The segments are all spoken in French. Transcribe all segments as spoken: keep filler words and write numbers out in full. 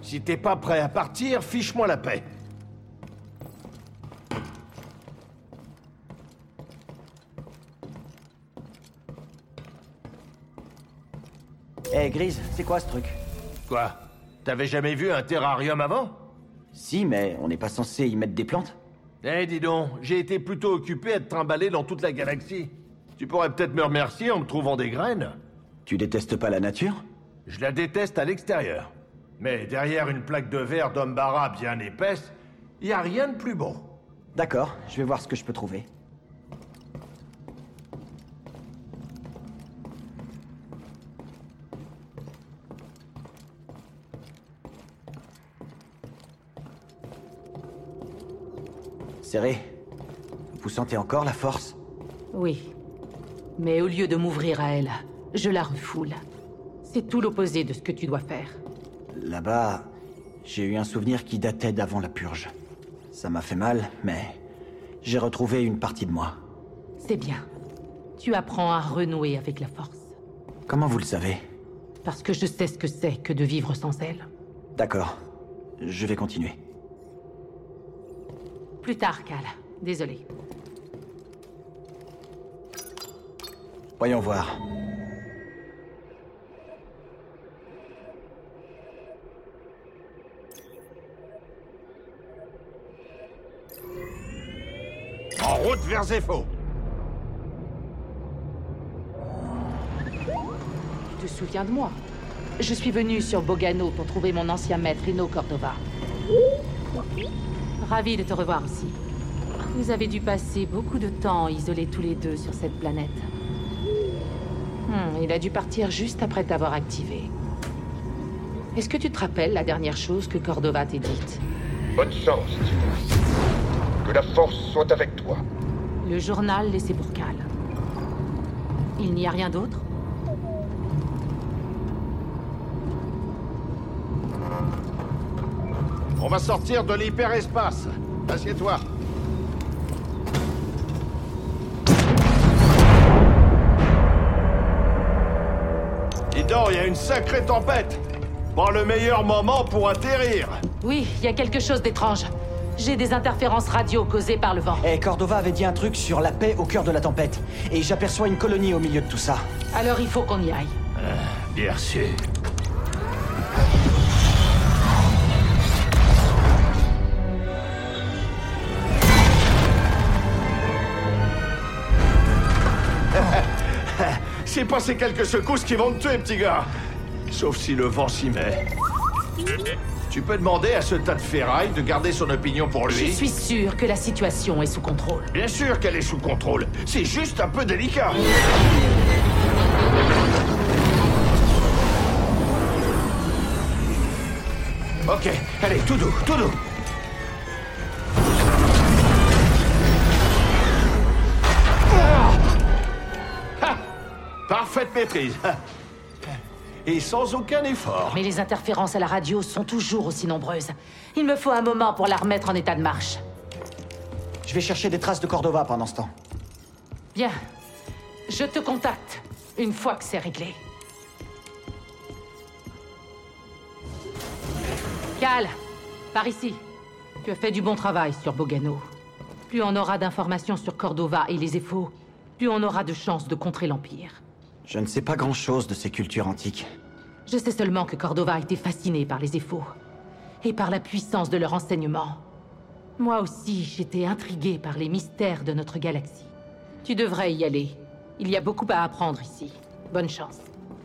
Si t'es pas prêt à partir, fiche-moi la paix. Hé, hey, Grise, c'est quoi ce truc? Quoi? T'avais jamais vu un terrarium avant? Si, mais on n'est pas censé y mettre des plantes? Eh, dis donc, j'ai été plutôt occupé à te trimballer dans toute la galaxie. Tu pourrais peut-être me remercier en me trouvant des graines. Tu détestes pas la nature? Je la déteste à l'extérieur. Mais derrière une plaque de verre d'Ombara bien épaisse, y a rien de plus beau. D'accord, je vais voir ce que je peux trouver. Serré, vous sentez encore la force? Oui. Mais au lieu de m'ouvrir à elle, je la refoule. C'est tout l'opposé de ce que tu dois faire. Là-bas, j'ai eu un souvenir qui datait d'avant la purge. Ça m'a fait mal, mais j'ai retrouvé une partie de moi. C'est bien. Tu apprends à renouer avec la force. Comment vous le savez? Parce que je sais ce que c'est que de vivre sans elle. D'accord. Je vais continuer. Plus tard, Cal. Désolé. Voyons voir. En route vers Zepho. Tu te souviens de moi? Je suis venu sur Bogano pour trouver mon ancien maître Ino Cordova. Ravi de te revoir aussi. Vous avez dû passer beaucoup de temps isolés tous les deux sur cette planète. Hmm, il a dû partir juste après t'avoir activé. Est-ce que tu te rappelles la dernière chose que Cordova t'ait dite? Bonne chance, Tina. Que la force soit avec toi. Le journal laissé pour Cal. Il n'y a rien d'autre? On va sortir de l'hyperespace. Assieds-toi. Dis donc, il y a une sacrée tempête. Pas le meilleur moment pour atterrir. Oui, il y a quelque chose d'étrange. J'ai des interférences radio causées par le vent. Eh, Cordova avait dit un truc sur la paix au cœur de la tempête. Et j'aperçois une colonie au milieu de tout ça. Alors il faut qu'on y aille. Euh, bien sûr. C'est pas ces quelques secousses qui vont te tuer, petit gars. Sauf si le vent s'y met. Tu peux demander à ce tas de ferraille de garder son opinion pour lui. Je suis sûr que la situation est sous contrôle. Bien sûr qu'elle est sous contrôle. C'est juste un peu délicat. Ok, allez, tout doux, tout doux. Ah, parfaite maîtrise. Et sans aucun effort. Mais les interférences à la radio sont toujours aussi nombreuses. Il me faut un moment pour la remettre en état de marche. Je vais chercher des traces de Cordova pendant ce temps. Bien. Je te contacte une fois que c'est réglé. Cal, par ici. Tu as fait du bon travail sur Bogano. Plus on aura d'informations sur Cordova et les Zeffo, plus on aura de chances de contrer l'Empire. Je ne sais pas grand-chose de ces cultures antiques. Je sais seulement que Cordova a été fasciné par les Zeffo et par la puissance de leur enseignement. Moi aussi, j'étais intrigué par les mystères de notre galaxie. Tu devrais y aller. Il y a beaucoup à apprendre ici. Bonne chance.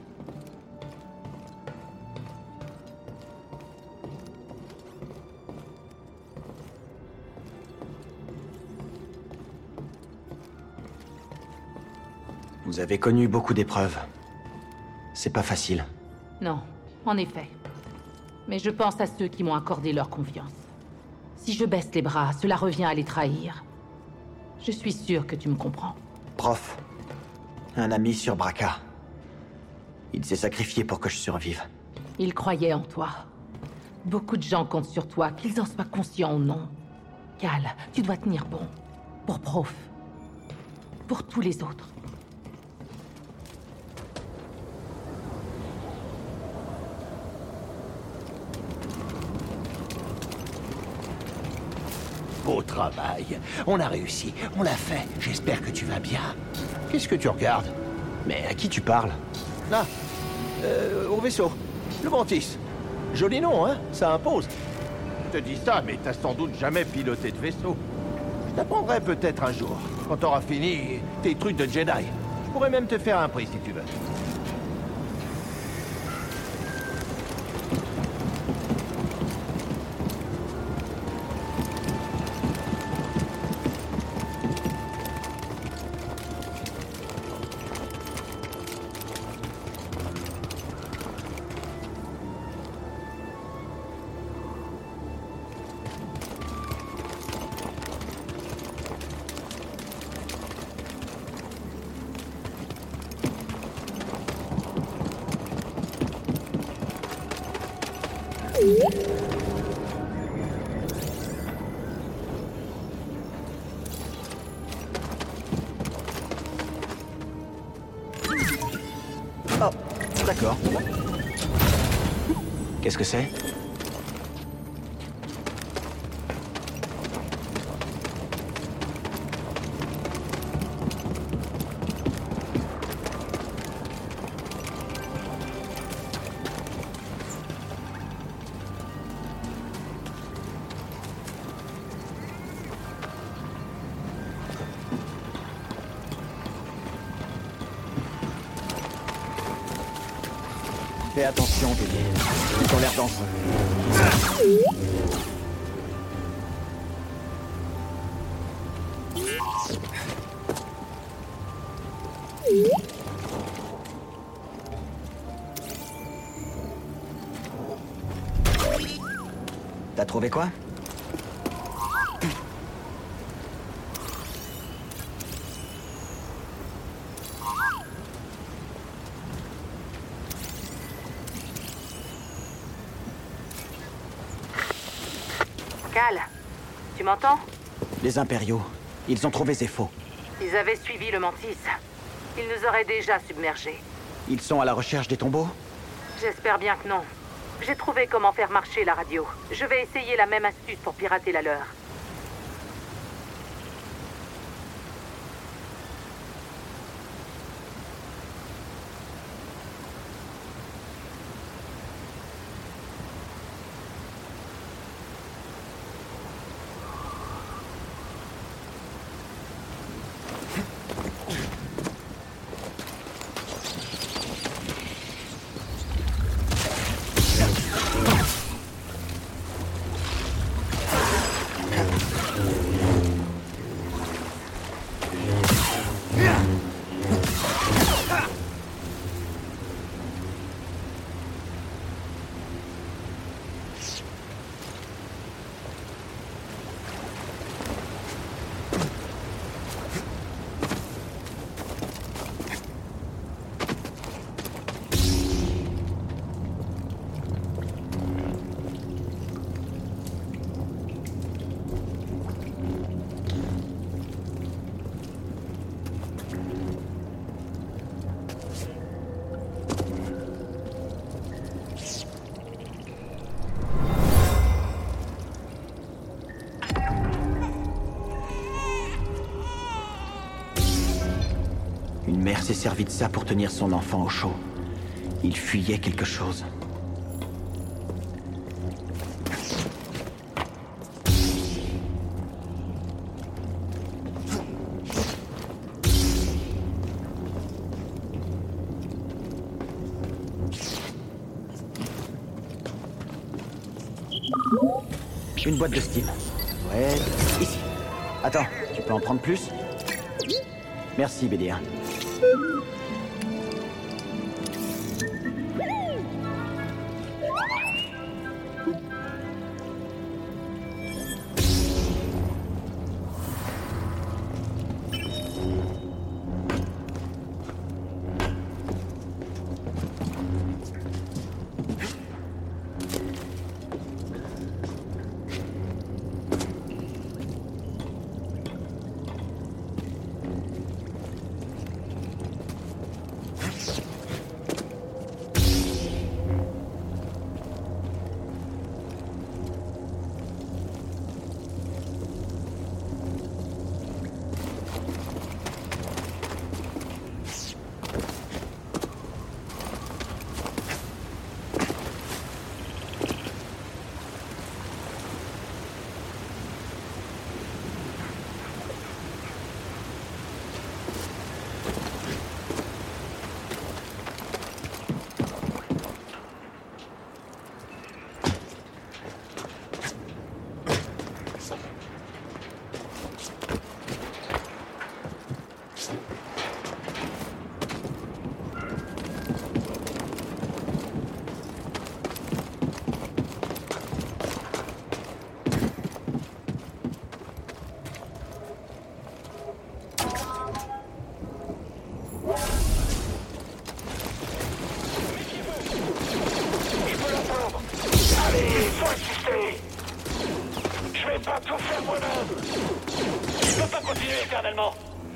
Vous avez connu beaucoup d'épreuves. C'est pas facile. Non, en effet. Mais je pense à ceux qui m'ont accordé leur confiance. Si je baisse les bras, cela revient à les trahir. Je suis sûr que tu me comprends. Prof, un ami sur Braca. Il s'est sacrifié pour que je survive. Il croyait en toi. Beaucoup de gens comptent sur toi, qu'ils en soient conscients ou non. Cal, tu dois tenir bon. Pour Prof. Pour tous les autres. Beau travail. On a réussi. On l'a fait. J'espère que tu vas bien. Qu'est-ce que tu regardes? Mais à qui tu parles? Là. Euh, au vaisseau. Le Mantis. Joli nom, hein? Ça impose. Je te dis ça, mais t'as sans doute jamais piloté de vaisseau. Je t'apprendrai peut-être un jour, quand t'auras fini tes trucs de Jedi. Je pourrais même te faire un prix si tu veux. Oh, d'accord. Qu'est-ce que c'est? Fais attention, bébé. Ils ont l'air dangereux. T'as trouvé quoi? Cal, tu m'entends? Les impériaux. Ils ont trouvé Zepho. Ils avaient suivi le Mantis. Ils nous auraient déjà submergés. Ils sont à la recherche des tombeaux? J'espère bien que non. J'ai trouvé comment faire marcher la radio. Je vais essayer la même astuce pour pirater la leur. Une mère s'est servie de ça pour tenir son enfant au chaud. Il fuyait quelque chose. Une boîte de Steam. Ouais, ici. Attends, tu peux en prendre plus? Merci, B D un. insister. Je vais pas tout faire moi-même. Je peux pas continuer éternellement.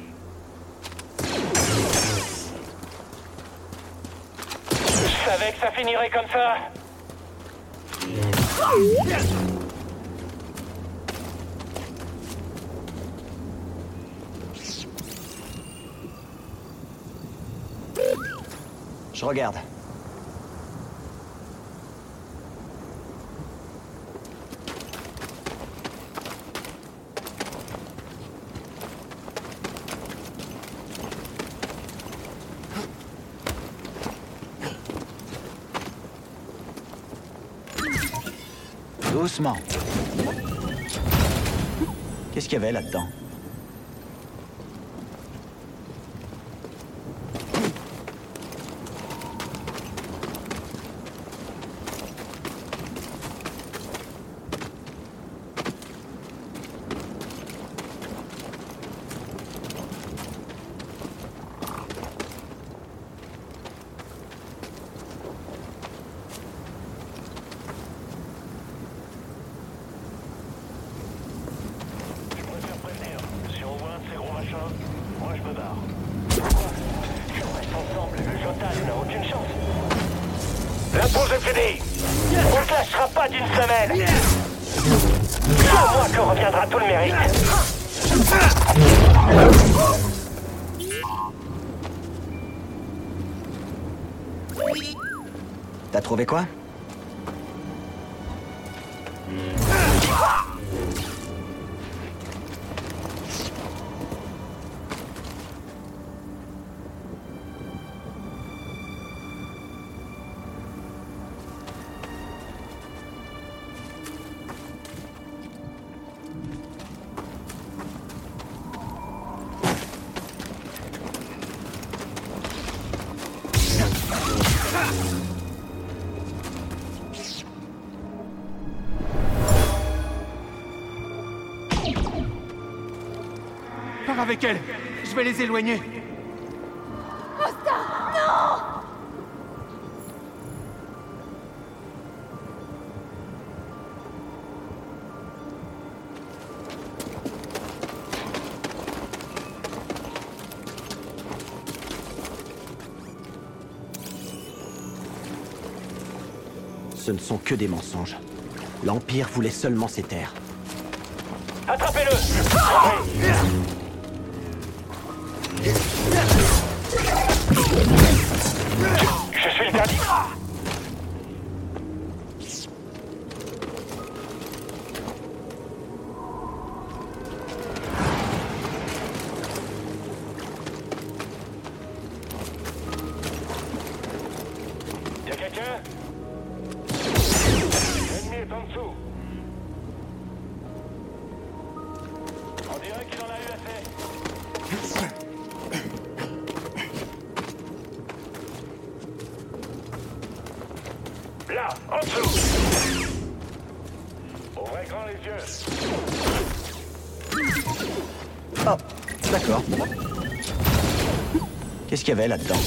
Je savais que ça finirait comme ça. Je regarde. Doucement. Qu'est-ce qu'il y avait là-dedans? Moi je me barre. Si on reste ensemble, le Jotal n'a aucune chance. La pause est finie. On ne te lâchera pas d'une semaine. C'est à moi que reviendra tout le mérite. T'as trouvé quoi? Pars avec elle. Je vais les éloigner. Ce ne sont que des mensonges. L'Empire voulait seulement ces terres. Attrapez-le! Je suis le dernier. Y'a quelqu'un? L'ennemi est en dessous. On dirait qu'il en a eu assez. Là, en dessous. Ouvrez grand les yeux. Oh, d'accord. Qu'est-ce qu'il y avait là-dedans?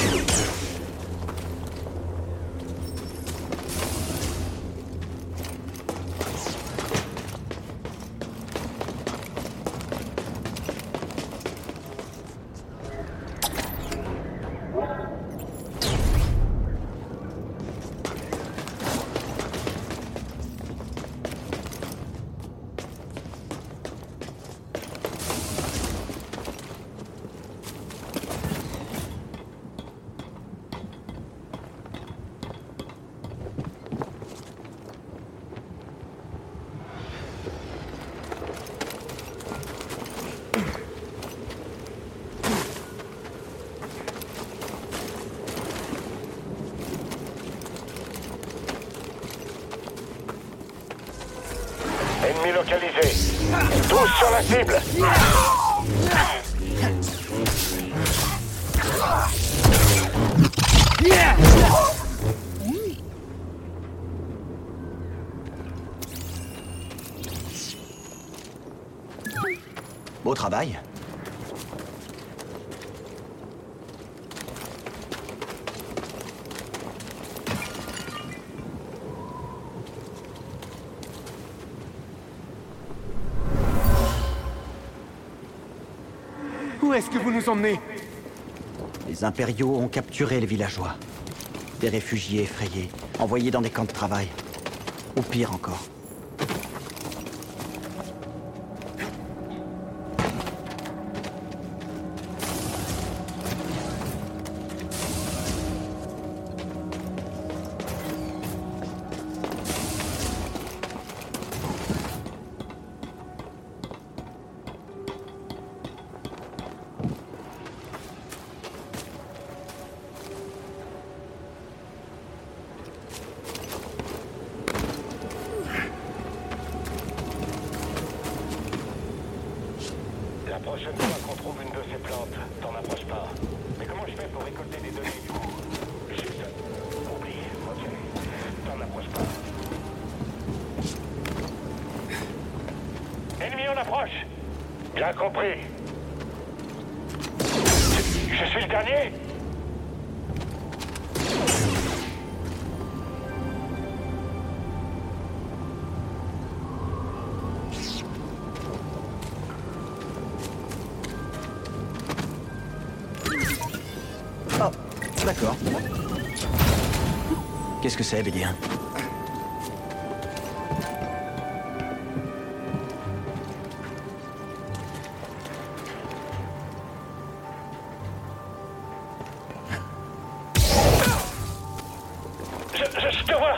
Ennemi localisé. Tous sur la cible. Beau travail. est-ce que vous nous emmenez? Les impériaux ont capturé les villageois. Des réfugiés effrayés, envoyés dans des camps de travail. Ou pire encore. La prochaine fois qu'on trouve une de ces plantes, t'en approches pas. Mais comment je fais pour récolter des données du coup? Juste... oublie, ok? T'en approches pas. Ennemi en approche! Bien compris. Je, je suis le dernier? Oh, d'accord. Qu'est-ce que c'est, Bédien? Je, je, je te vois!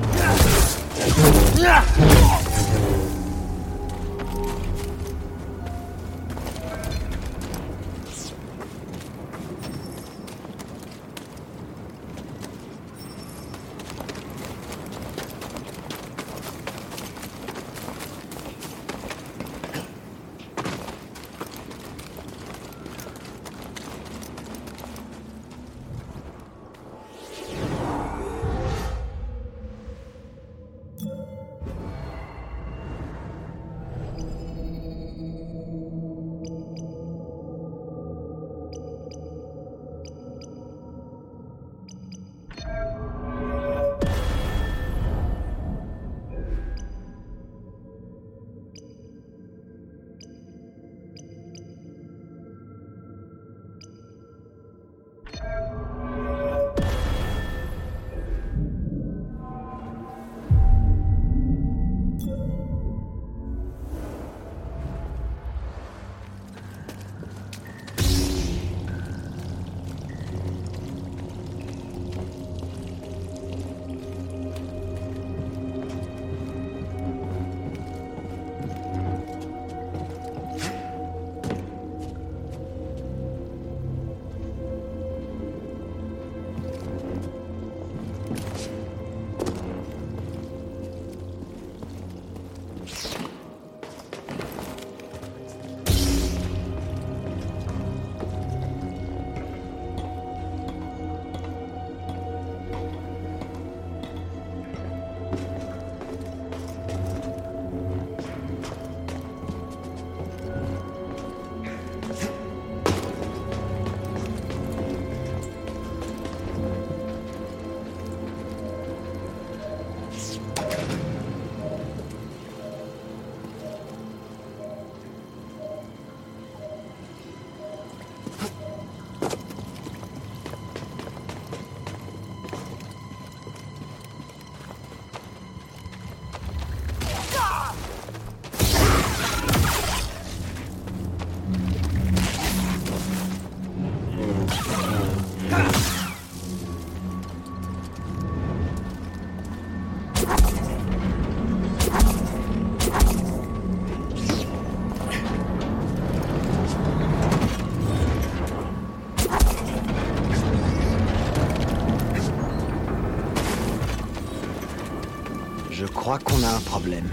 Je crois qu'on a un problème.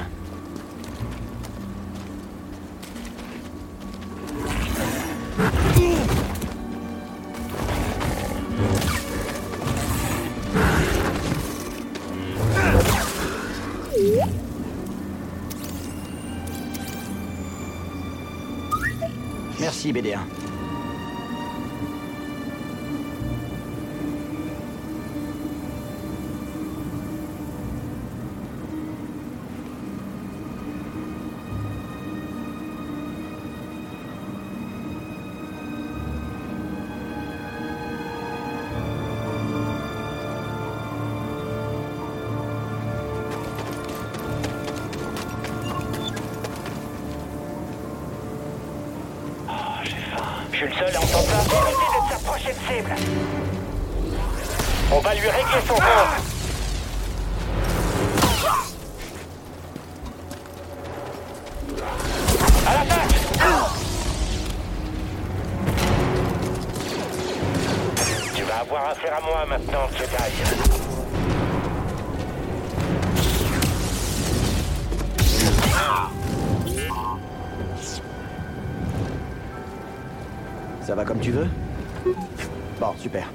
Merci, B D un. suis le seul à entendre ça. Arrêtez de s'approcher de cible. On va lui régler son compte. À l'attaque. Tu vas avoir affaire à moi maintenant, Jedi. Ça va comme tu veux? Bon, super.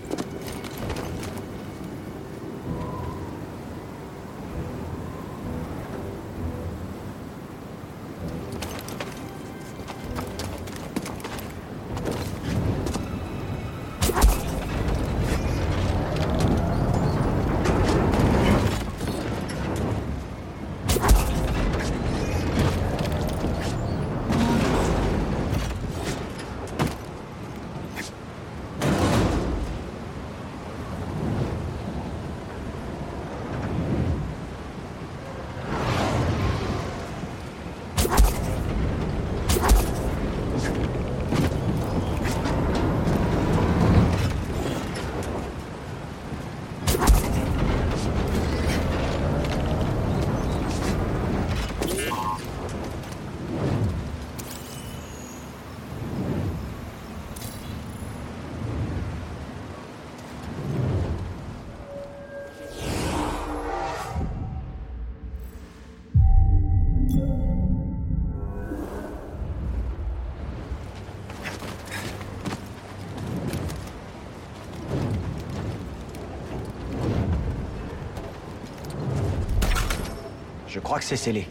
Je crois que c'est scellé.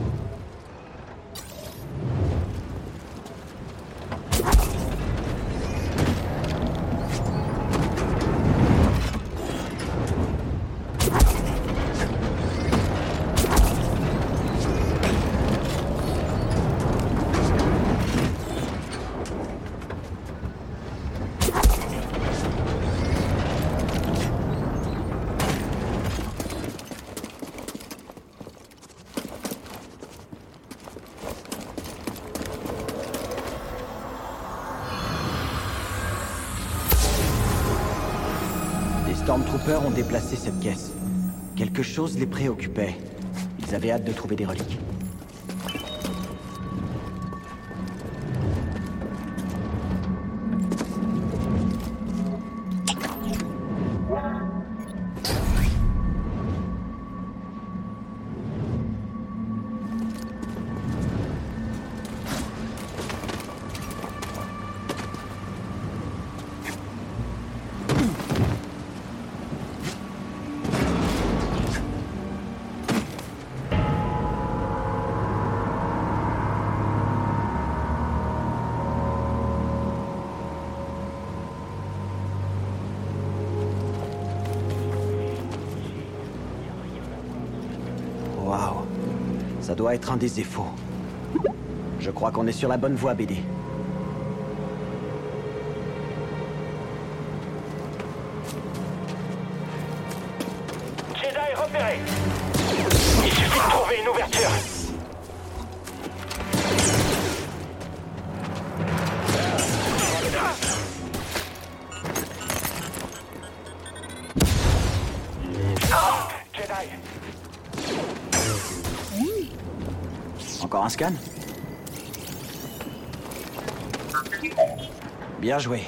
Stormtroopers ont déplacé cette caisse. Quelque chose les préoccupait. Ils avaient hâte de trouver des reliques. Waouh, ça doit être un des effets. Je crois qu'on est sur la bonne voie, B D. Jedi repéré. Il suffit de trouver une ouverture. Ah, Jedi. Encore un scan? Bien joué.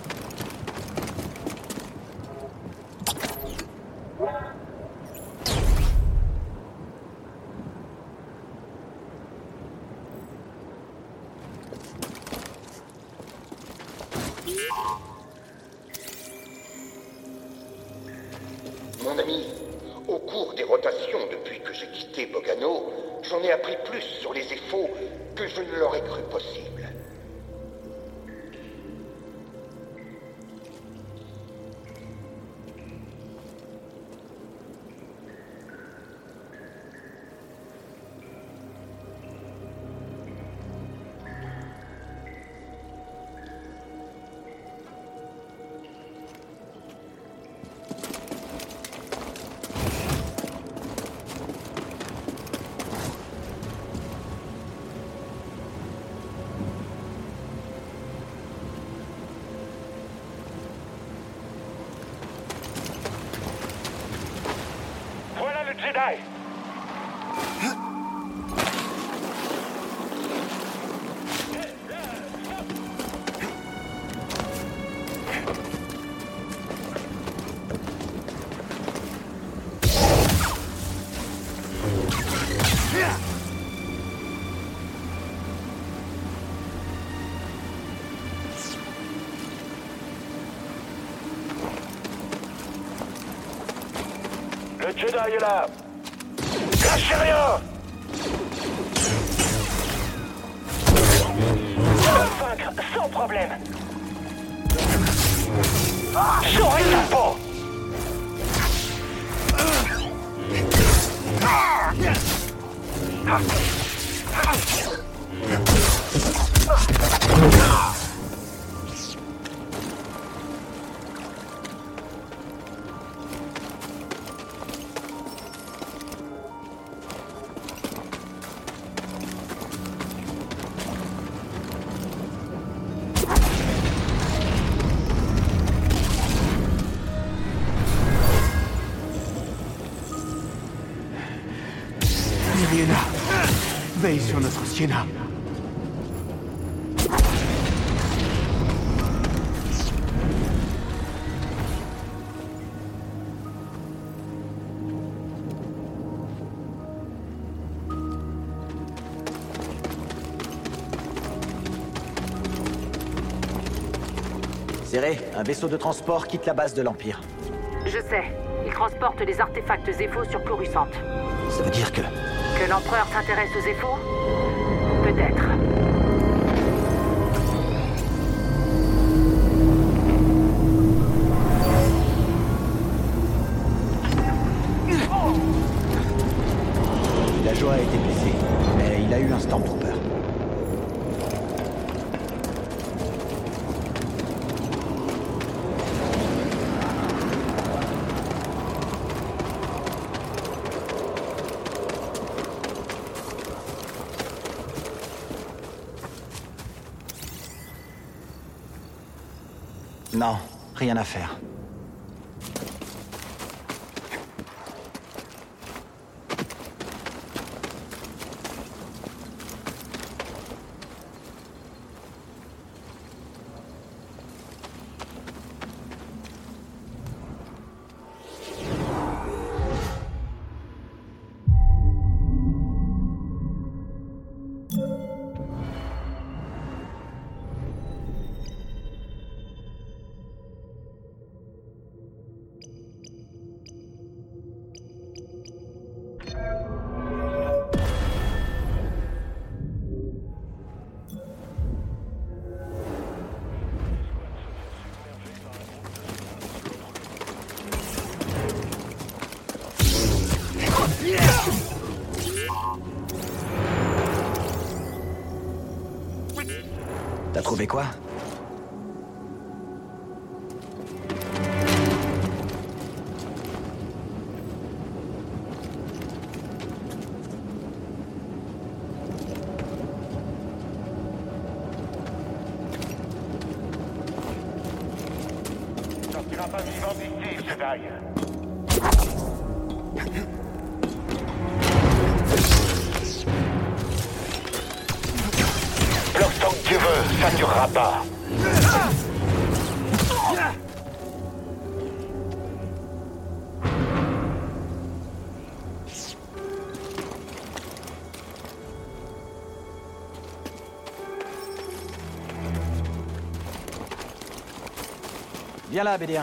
Mon ami, au cours des rotations depuis que j'ai quitté Bogano, j'en ai appris plus sur les effets que je ne l'aurais cru possible. Jedi. Le Jedi est là. Lâchez rien. On va le vaincre sans problème. J'aurai ta peau. Miriena, veille sur notre Sienna. Zéré, un vaisseau de transport quitte la base de l'Empire. Je sais. Il transporte les artefacts Zeffo sur Coruscant. Ça veut dire que... Que l'Empereur s'intéresse aux Zeffo? Peut-être. La Joie a été blessé, mais il a eu un Stormtrooper. Non, rien à faire. T'as trouvé quoi? Sortira pas vivant d'ici, Jedi. Bloque tant que tu veux, ça durera pas. Viens là, Bédéen.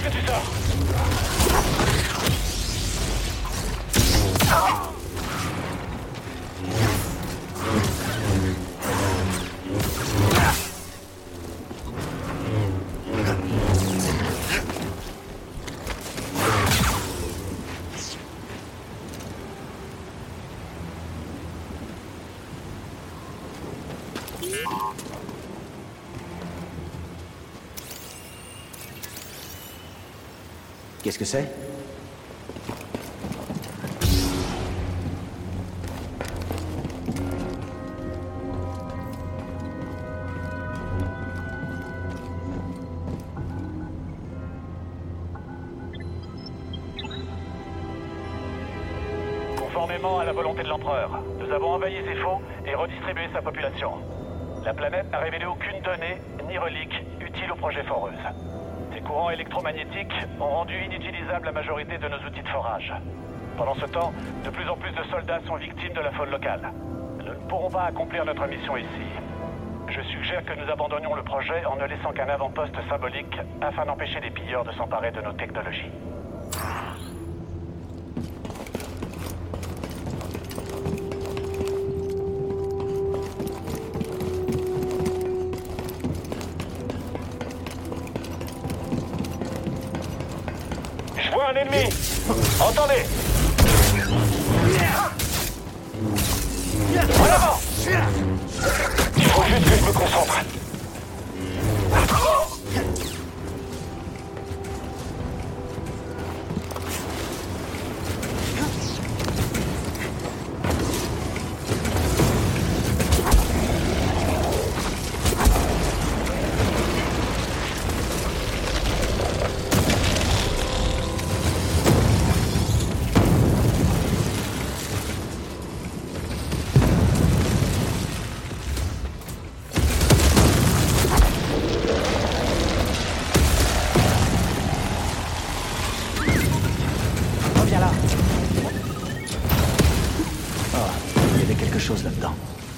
que tu sors. Qu'est-ce que c'est? Conformément à la volonté de l'Empereur, nous avons envahi Zeffo et redistribué sa population. La planète n'a révélé aucune donnée, ni relique, utile au projet Foreuse. Ces courants électromagnétiques ont rendu inutilisable la majorité de nos outils de forage. Pendant ce temps, de plus en plus de soldats sont victimes de la faune locale. Nous ne pourrons pas accomplir notre mission ici. Je suggère que nous abandonnions le projet en ne laissant qu'un avant-poste symbolique afin d'empêcher les pilleurs de s'emparer de nos technologies. Je vois un ennemi! Entendez! En avant! Il faut juste que je me concentre. Chose là-dedans.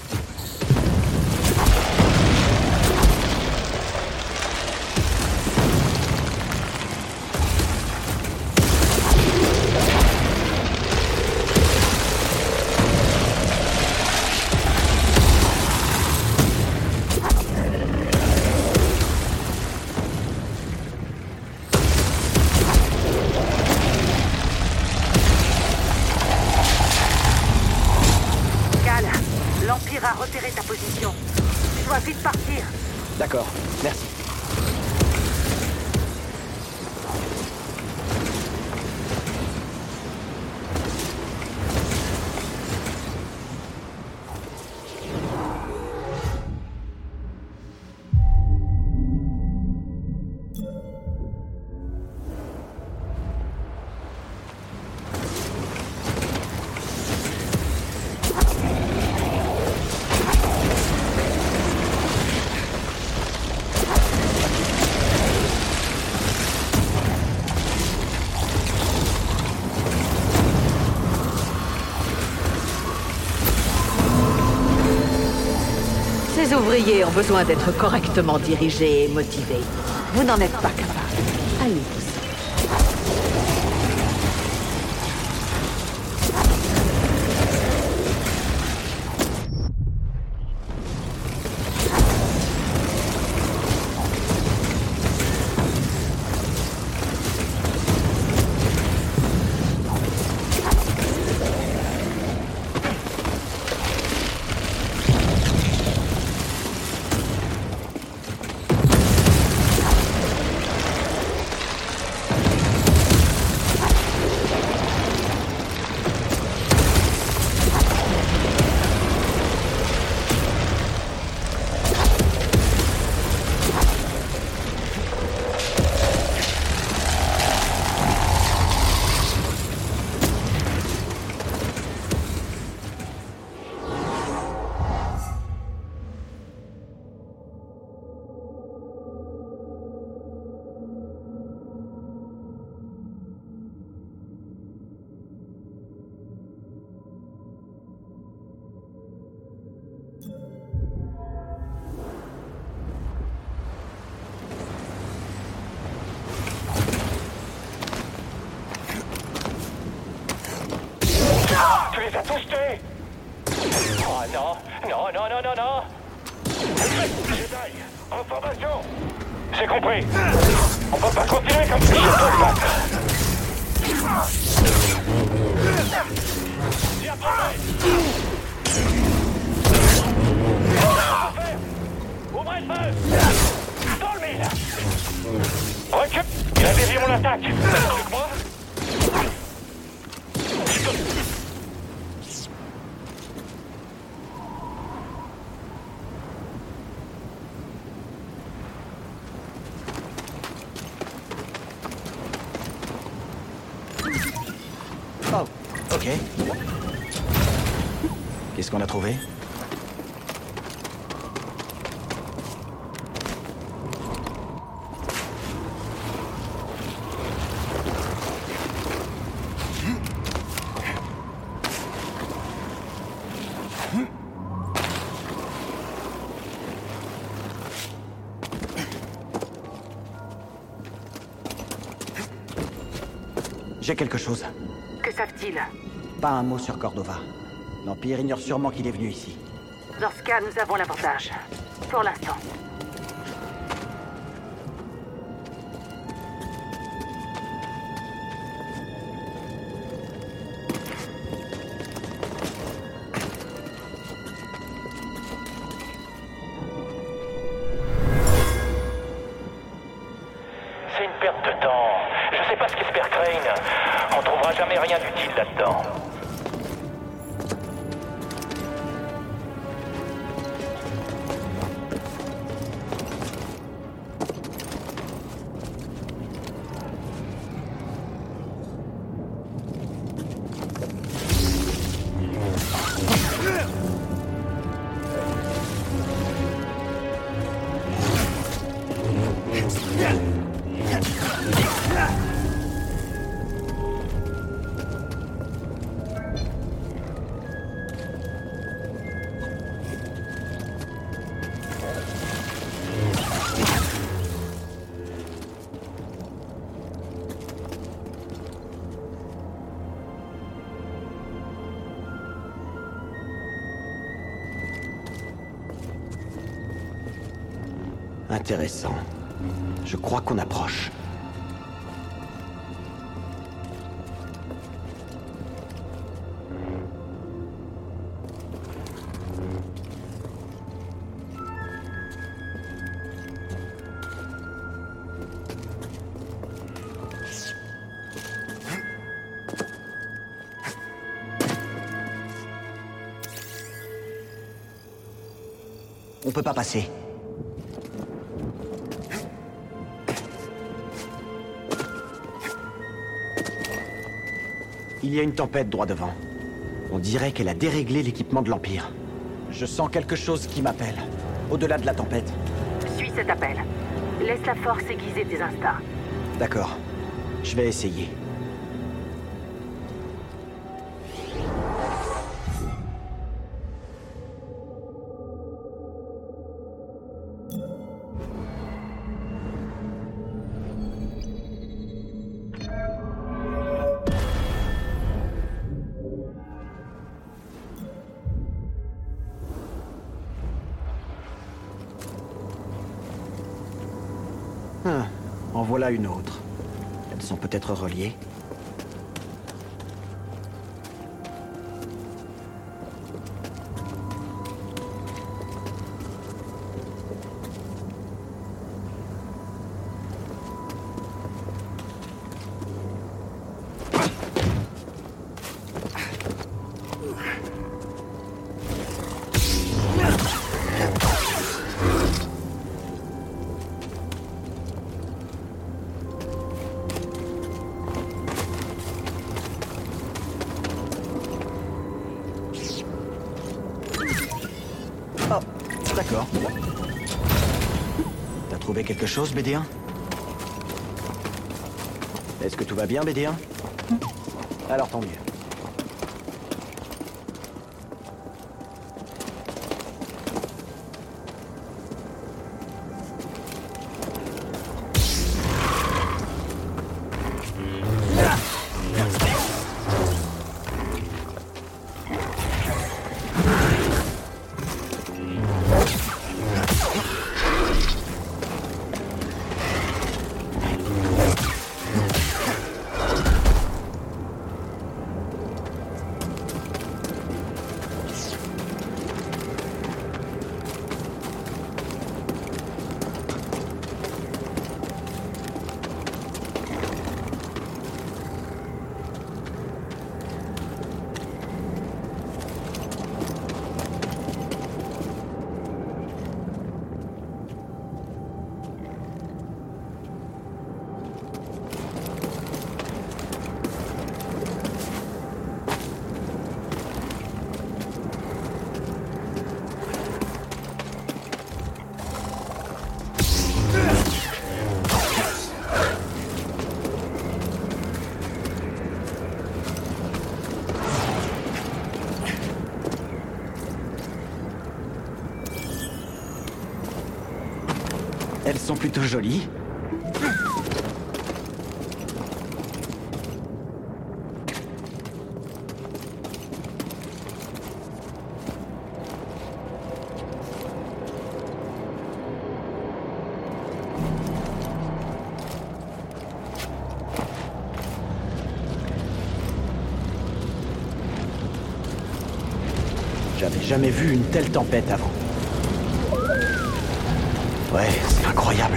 L'Empire a repéré ta position. Tu dois vite partir. D'accord, merci. Ces ouvriers ont besoin d'être correctement dirigés et motivés. Vous n'en êtes pas capable. Allez-y. tous tués. Oh non, non, non, non, non, non. Jedi, en formation. J'ai compris. On peut pas continuer comme ça. Viens prendre. Ouvrez le feu. Dans le mille. Recule. Il a dévié mon attaque. Avec moi. Oh, ok. Qu'est-ce qu'on a trouvé? J'ai quelque chose. Que savent-ils? Pas un mot sur Cordova. L'Empire ignore sûrement qu'il est venu ici. Dans ce cas, nous avons l'avantage. Pour l'instant. C'est une perte de temps. Je sais pas ce qu'espère Crane. On trouvera jamais rien d'utile là-dedans. Intéressant. Je crois qu'on approche. On peut pas passer. Il y a une tempête droit devant. On dirait qu'elle a déréglé l'équipement de l'Empire. Je sens quelque chose qui m'appelle. Au-delà de la tempête. Suis cet appel. Laisse la force aiguiser tes instincts. D'accord. Je vais essayer. Ah, en voilà une autre. Elles sont peut-être reliées. Oh, d'accord. T'as trouvé quelque chose, B D un? Est-ce que tout va bien, B D un? Alors tant mieux. plutôt joli. J'avais jamais vu une telle tempête avant. Ouais, c'est incroyable.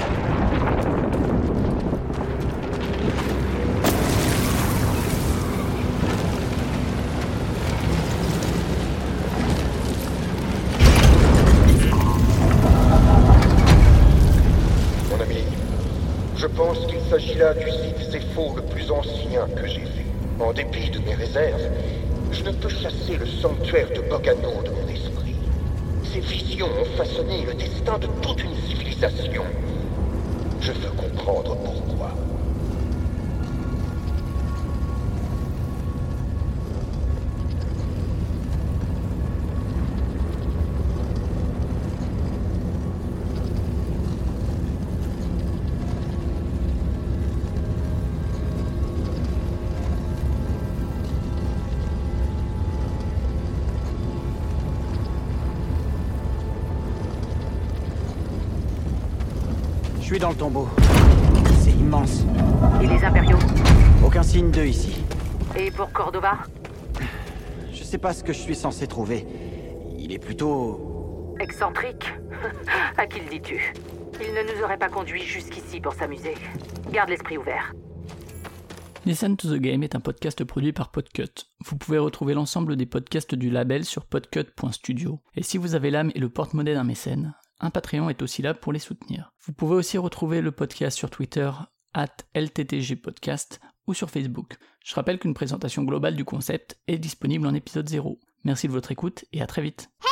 Mon ami, je pense qu'il s'agit là du site Zéphos le plus ancien que j'ai vu. En dépit de mes réserves, je ne peux chasser le sanctuaire de Bogano de mon esprit. Ces visions ont façonné le destin de toute une civilisation. Je veux comprendre pourquoi. Je suis dans le tombeau. C'est immense. Et les impériaux? Aucun signe d'eux ici. Et pour Cordova? Je sais pas ce que je suis censé trouver. Il est plutôt... Excentrique? À qui le dis-tu? Il ne nous aurait pas conduits jusqu'ici pour s'amuser. Garde l'esprit ouvert. Listen to the Game est un podcast produit par Podcut. Vous pouvez retrouver l'ensemble des podcasts du label sur podcut point studio. Et si vous avez l'âme et le porte-monnaie d'un mécène, un Patreon est aussi là pour les soutenir. Vous pouvez aussi retrouver le podcast sur Twitter, arobase L T T G podcast, ou sur Facebook. Je rappelle qu'une présentation globale du concept est disponible en épisode zéro. Merci de votre écoute et à très vite.